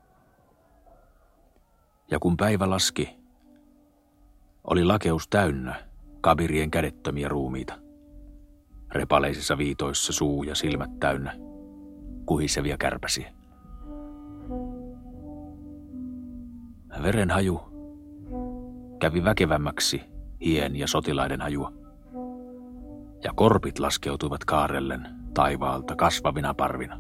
Ja kun päivä laski, oli lakeus täynnä kabirien kädettömiä ruumiita. Repaleisissa viitoissa suu ja silmät täynnä kuhisevia kärpäsiä. Verenhaju kävi väkevämmäksi hien ja sotilaiden hajua, ja korpit laskeutuivat kaarellen taivaalta kasvavina parvina.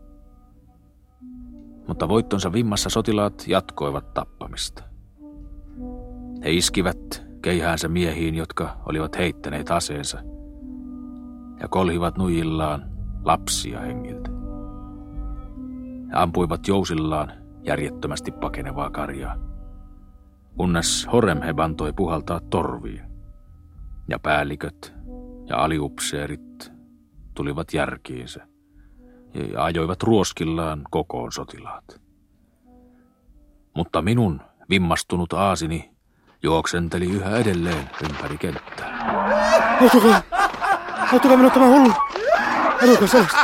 Mutta voittonsa vimmassa sotilaat jatkoivat tappamista. He iskivät keihäänsä miehiin, jotka olivat heittäneet aseensa, ja kolhivat nuijillaan lapsia hengiltä. He ampuivat jousillaan järjettömästi pakenevaa karjaa, kunnes Horemheb antoi puhaltaa torviin, ja päälliköt ja aliupseerit tulivat järkiinsä ja ajoivat ruoskillaan kokoon sotilaat. Mutta minun vimmastunut aasini juoksenteli yhä edelleen ympäri kenttää. Auttakaa minut tämä hullu! Älkää sellaista!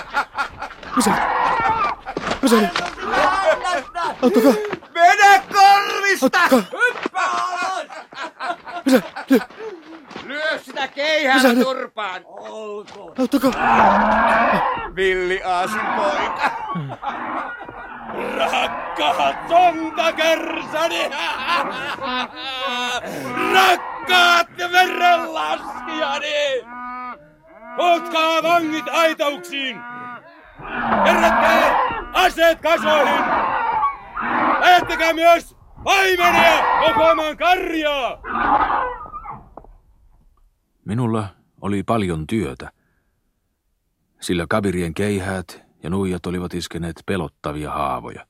Misä! Auttakaa! Mene korvista! Auttakaa! Misä! Lyö sitä keihään turpaan! Olkoon! Auttakaa! Villi Aasin poika! Rakkaat sontakärsäni! Rakkaat verenlaskijani! Otkaa vangit aitauksiin! Kerätkää aseet kasoihin! Lähettäkää myös paimenia kokoamaan karjaa! Minulla oli paljon työtä, sillä kabirien keihäät ja nuijat olivat iskeneet pelottavia haavoja.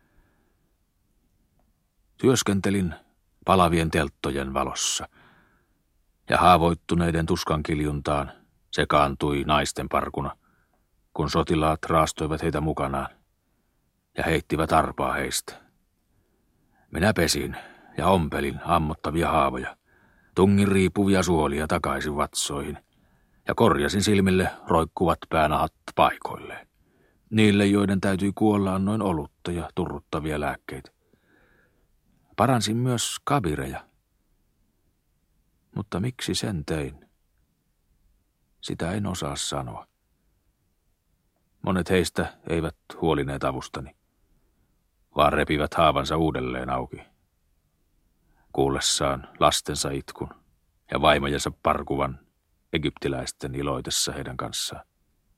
Työskentelin palavien telttojen valossa, ja haavoittuneiden tuskankiljuntaan sekaantui naisten parkuna, kun sotilaat raastoivat heitä mukanaan ja heittivät arpaa heistä. Minä pesin ja ompelin ammottavia haavoja, tungin riipuvia suolia takaisin vatsoihin ja korjasin silmille roikkuvat päänahat paikoilleen. Niille, joiden täytyi kuolla, annoin olutta ja turruttavia lääkkeitä. Paransin myös kabireja. Mutta miksi sen tein? Sitä en osaa sanoa. Monet heistä eivät huolineet avustani, vaan repivät haavansa uudelleen auki, kuullessaan lastensa itkun ja vaimojensa parkuvan egyptiläisten iloitessa heidän kanssaan.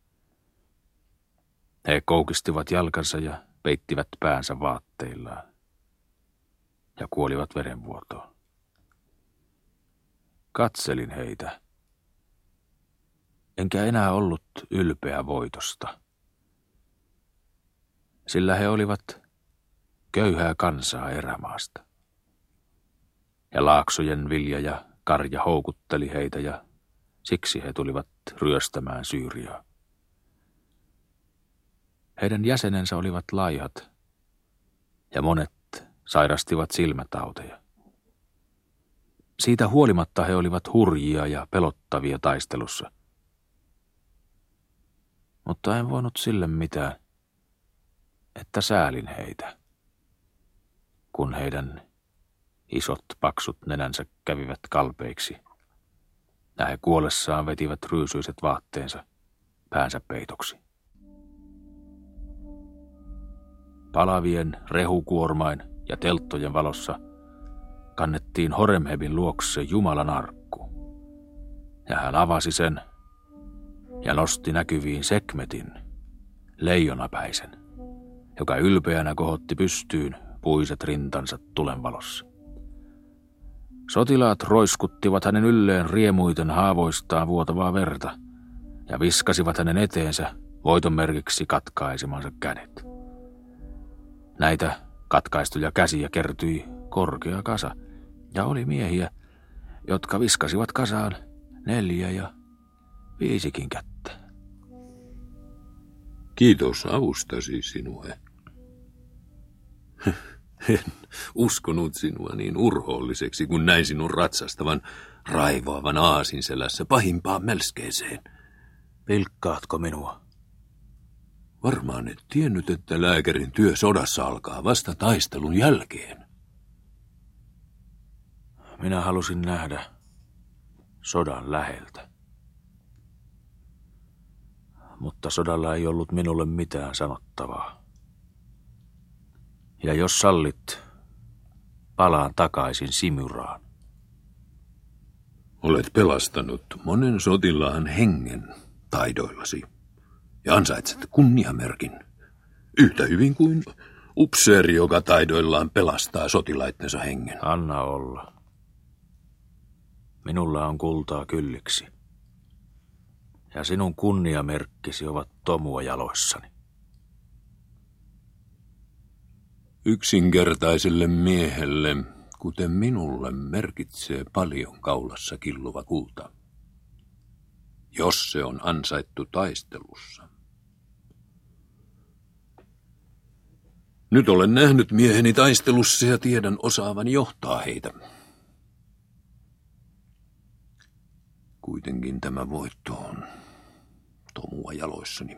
He koukistivat jalkansa ja peittivät päänsä vaatteillaan ja kuolivat verenvuotoon. Katselin heitä, enkä enää ollut ylpeä voitosta, sillä he olivat köyhää kansaa erämaasta. Ja laaksojen vilja ja karja houkutteli heitä ja siksi he tulivat ryöstämään Syyriaa. Heidän jäsenensä olivat laihat ja monet sairastivat silmätauteja. Siitä huolimatta he olivat hurjia ja pelottavia taistelussa. Mutta en voinut sille mitään, että säälin heitä, kun heidän isot paksut nenänsä kävivät kalpeiksi ja he kuollessaan vetivät ryysyiset vaatteensa päänsä peitoksi. Palavien rehukuormain ja telttojen valossa kannettiin Horemhebin luokse Jumalan arkku, ja hän avasi sen ja nosti näkyviin Sekmetin, leijonapäisen, joka ylpeänä kohotti pystyyn puiset rintansa tulenvalossa. Sotilaat roiskuttivat hänen ylleen riemuiten haavoistaan vuotavaa verta ja viskasivat hänen eteensä voitonmerkiksi katkaisemansa kädet. Näitä katkaistuja käsiä kertyi korkea kasa, ja oli miehiä, jotka viskasivat kasaan 4 ja 5 kättä. Kiitos avustasi sinue. En uskonut sinua niin urhoolliseksi, kun näin sinun ratsastavan, raivoavan aasinselässä pahimpaan melskeeseen. Pilkkaatko minua? Varmaan et tiennyt, että lääkärin työ sodassa alkaa vasta taistelun jälkeen. Minä halusin nähdä sodan läheltä. Mutta sodalla ei ollut minulle mitään sanottavaa. Ja jos sallit, palaan takaisin Simyraan. Olet pelastanut monen sotilaan hengen taidoillasi ja ansaitset kunniamerkin. Yhtä hyvin kuin upseeri, joka taidoillaan pelastaa sotilaittensa hengen. Anna olla. Minulla on kultaa kylliksi. Ja sinun kunniamerkkisi ovat tomua jaloissani. Yksinkertaiselle miehelle, kuten minulle, merkitsee paljon kaulassa killuva kulta, jos se on ansaittu taistelussa. Nyt olen nähnyt mieheni taistelussa ja tiedän osaavan johtaa heitä. Kuitenkin tämä voitto on tomua jaloissani.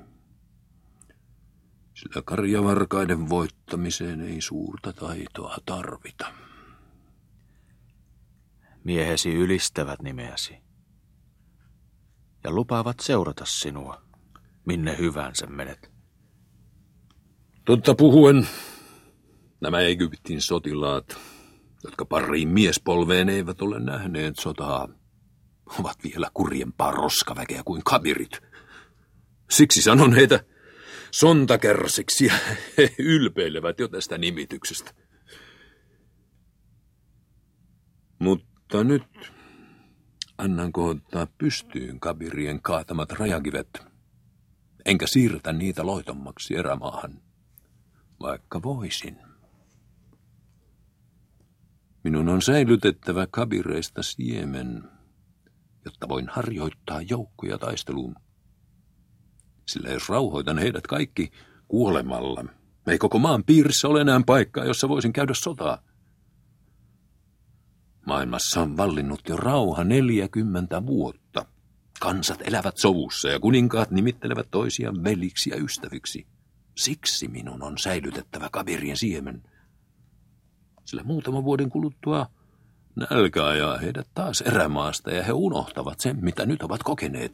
Sillä karjavarkaiden voittamiseen ei suurta taitoa tarvita. Miehesi ylistävät nimeäsi ja lupaavat seurata sinua, minne hyvänsä menet. Totta puhuen, nämä Egyptin sotilaat, jotka pariin miespolveen eivät ole nähneet sotaa, ovat vielä kurjempaa roskaväkeä kuin kabirit. Siksi sanon heitä sontakärsiksi ja he ylpeilevät jo tästä nimityksestä. Mutta nyt annan kohottaa pystyyn kabirien kaatamat rajakivet, enkä siirtä niitä loitommaksi erämaahan, vaikka voisin. Minun on säilytettävä kabireista siemen, jotta voin harjoittaa joukkoja taisteluun. Sillä jos rauhoitan heidät kaikki kuolemalla, ei koko maan piirissä ole enää paikkaa, jossa voisin käydä sotaa. Maailmassa on vallinnut jo rauha 40 vuotta. Kansat elävät sovussa ja kuninkaat nimittelevät toisiaan veliksi ja ystäviksi. Siksi minun on säilytettävä kabirien siemen. Sillä muutaman vuoden kuluttua nälkä ajaa heidät taas erämaasta ja he unohtavat sen, mitä nyt ovat kokeneet.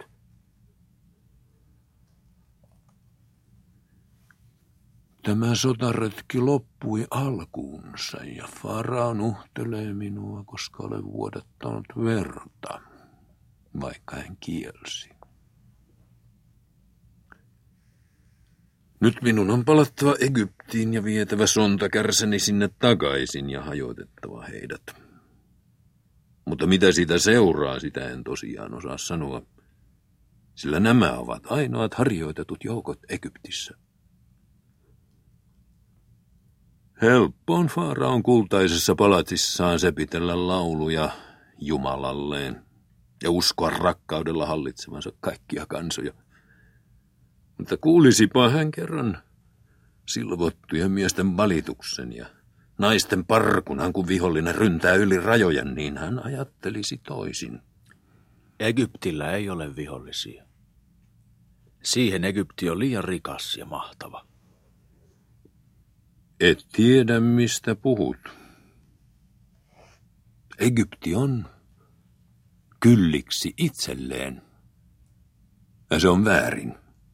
Tämä sotaretki loppui alkuunsa ja Farao nuhtelee minua, koska olen vuodattanut verta, vaikka hän kielsi. Nyt minun on palattava Egyptiin ja vietävä sontakärsäni sinne takaisin ja hajoitettava heidät. Mutta mitä siitä seuraa, sitä en tosiaan osaa sanoa, sillä nämä ovat ainoat harjoitetut joukot Egyptissä. Helppo on Faraon kultaisessa palatsissaan sepitellä lauluja Jumalalleen ja uskoa rakkaudella hallitsevansa kaikkia kansoja. Mutta kuulisipa hän kerran silvottujen miesten valituksen ja naisten parkunan, kun vihollinen ryntää yli rajojen, niin hän ajattelisi toisin. Egyptillä ei ole vihollisia. Siihen Egypti on liian rikas ja mahtava. Et tiedä, mistä puhut. Egypti on kylliksi itselleen. Ja se on väärin.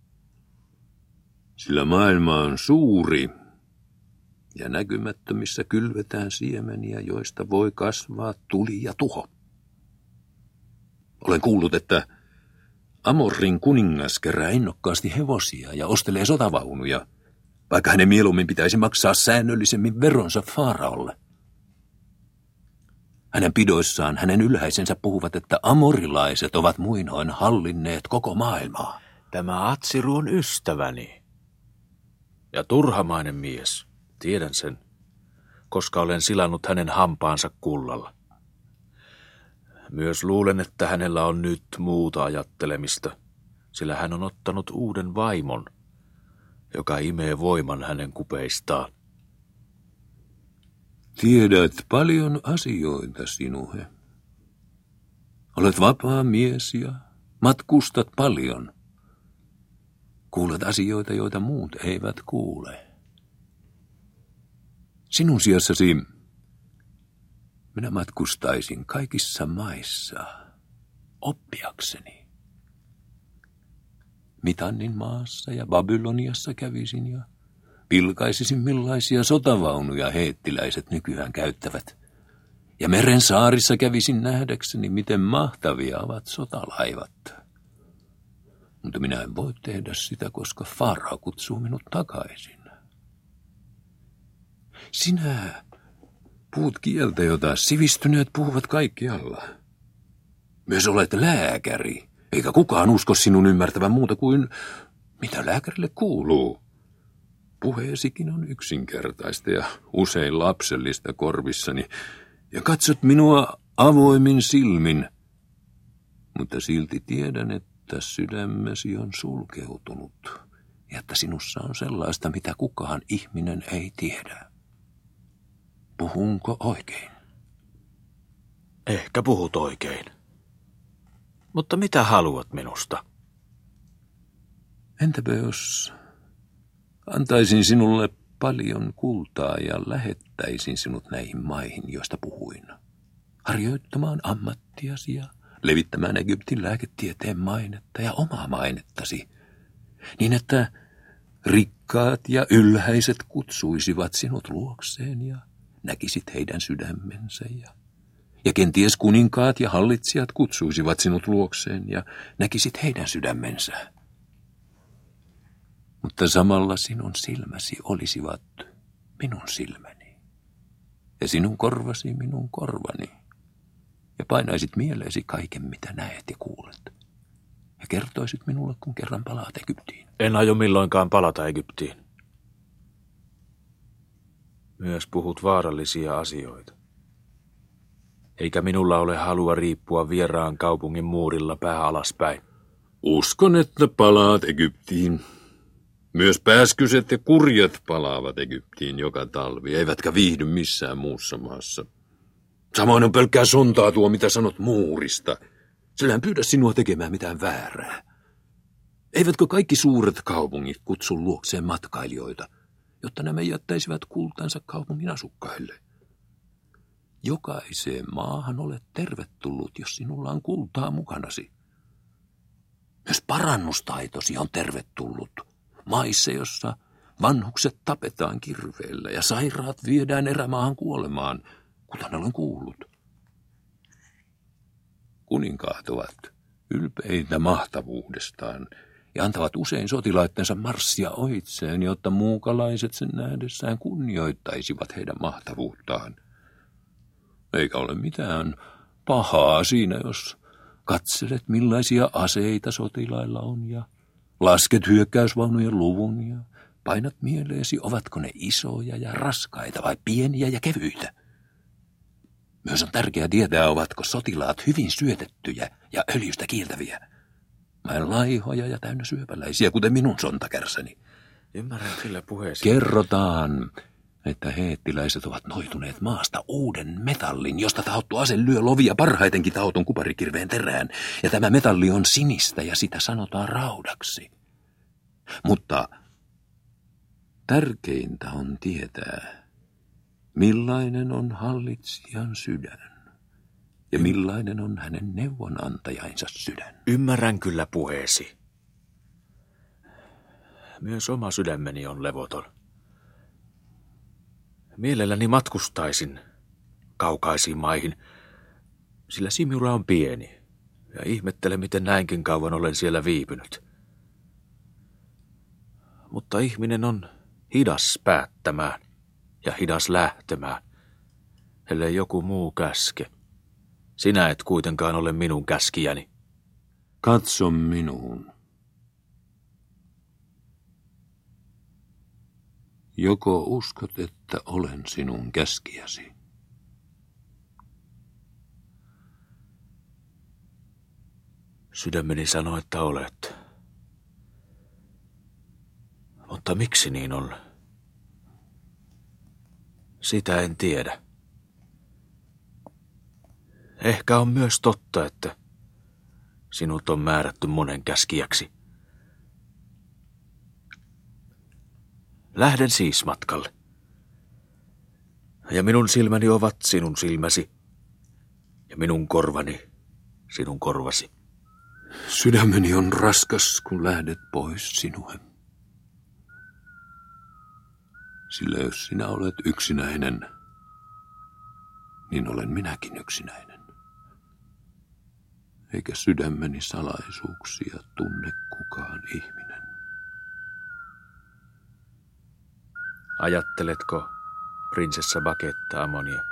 Sillä maailma on suuri ja näkymättömissä kylvetään siemeniä, joista voi kasvaa tuli ja tuho. Olen kuullut, että Amorin kuningas kerää innokkaasti hevosia ja ostelee sotavaunuja, vaikka hänen mieluummin pitäisi maksaa säännöllisemmin veronsa Faaraolle. Hänen pidoissaan hänen ylhäisensä puhuvat, että amorilaiset ovat muinoin hallinneet koko maailmaa. Tämä Atsiru on ystäväni. Ja turhamainen mies, tiedän sen, koska olen silannut hänen hampaansa kullalla. Myös luulen, että hänellä on nyt muuta ajattelemista, sillä hän on ottanut uuden vaimon, joka imee voiman hänen kupeistaan. Tiedät paljon asioita, Sinuhe. Olet vapaa mies ja matkustat paljon. Kuulet asioita, joita muut eivät kuule. Sinun sijassasi minä matkustaisin kaikissa maissa oppiakseni. Mitannin maassa ja Babyloniassa kävisin ja pilkaisisin millaisia sotavaunuja heettiläiset nykyään käyttävät. Ja meren saarissa kävisin nähdäkseni, miten mahtavia ovat sotalaivat. Mutta minä en voi tehdä sitä, koska Farao kutsuu minut takaisin. Sinä puhut kieltä, jota sivistyneet puhuvat kaikkialla. Myös olet lääkäri, eikä kukaan usko sinun ymmärtävän muuta kuin mitä lääkärille kuuluu. Puheesikin on yksinkertaista ja usein lapsellista korvissani, ja katsot minua avoimin silmin, mutta silti tiedän, että sydämesi on sulkeutunut ja että sinussa on sellaista, mitä kukaan ihminen ei tiedä. Puhunko oikein? Ehkä puhut oikein. Mutta mitä haluat minusta? Entäpä jos antaisin sinulle paljon kultaa ja lähettäisin sinut näihin maihin, joista puhuin, harjoittamaan ammattiasi ja levittämään Egyptin lääketieteen mainetta ja omaa mainettasi, niin että rikkaat ja ylhäiset kutsuisivat sinut luokseen ja näkisit heidän sydämensä ja kenties kuninkaat ja hallitsijat kutsuisivat sinut luokseen ja näkisit heidän sydämensä. Mutta samalla sinun silmäsi olisivat minun silmäni ja sinun korvasi minun korvani ja painaisit mieleesi kaiken, mitä näet ja kuulet ja kertoisit minulle, kun kerran palaat Egyptiin. En aio milloinkaan palata Egyptiin. Myös puhut vaarallisia asioita. Eikä minulla ole halua riippua vieraan kaupungin muurilla pää alaspäin. Uskon, että palaat Egyptiin. Myös pääskyset ja kurjat palaavat Egyptiin joka talvi, eivätkä viihdy missään muussa maassa. Samoin on pelkkää sontaa tuo, mitä sanot muurista. Sillä en pyydä sinua tekemään mitään väärää. Eivätkö kaikki suuret kaupungit kutsu luokseen matkailijoita, jotta nämä jättäisivät kultansa kaupungin asukkaille? Jokaiseen maahan olet tervetullut, jos sinulla on kultaa mukanasi. Myös parannustaitosi on tervetullut maissa, jossa vanhukset tapetaan kirveellä ja sairaat viedään erämaahan kuolemaan, kuten olen kuullut. Kuninkaat ovat ylpeitä mahtavuudestaan ja antavat usein sotilaittensa marssia ohitseen, jotta muukalaiset sen nähdessään kunnioittaisivat heidän mahtavuuttaan. Eikä ole mitään pahaa siinä, jos katselet millaisia aseita sotilailla on ja lasket hyökkäysvaunujen luvun ja painat mieleesi, ovatko ne isoja ja raskaita vai pieniä ja kevyitä. Myös on tärkeää tietää, ovatko sotilaat hyvin syötettyjä ja öljystä kiiltäviä. Vai laihoja ja täynnä syöpäläisiä, kuten minun sontakärsäni. Ymmärrän kyllä puheesi. Kerrotaan, että heettiläiset ovat noituneet maasta uuden metallin, josta tahottu ase lyö lovia parhaitenkin tahotun kuparikirveen terään. Ja tämä metalli on sinistä ja sitä sanotaan raudaksi. Mutta tärkeintä on tietää, millainen on hallitsijan sydän ja millainen on hänen neuvonantajainsa sydän. Ymmärrän kyllä puheesi. Myös oma sydämeni on levoton. Mielelläni matkustaisin kaukaisiin maihin, sillä Simura on pieni Ja ihmettelen, miten näinkin kauan olen siellä viipynyt. Mutta ihminen on hidas päättämään ja hidas lähtemään, ellei joku muu käske. Sinä et kuitenkaan ole minun käskijäni. Katso minuun. Joko uskot, että olen sinun käskijäsi? Sydämeni sanoo, että olet. Mutta miksi niin on? Sitä en tiedä. Ehkä on myös totta, että sinut on määrätty monen käskijäksi. Lähden siis matkalle. Ja minun silmäni ovat sinun silmäsi, ja minun korvani sinun korvasi. Sydämeni on raskas, kun lähdet pois sinue. Sillä jos sinä olet yksinäinen, niin olen minäkin yksinäinen. Eikä sydämeni salaisuuksia tunne kukaan ihminen. Ajatteletko, prinsessa Baketta Amonia,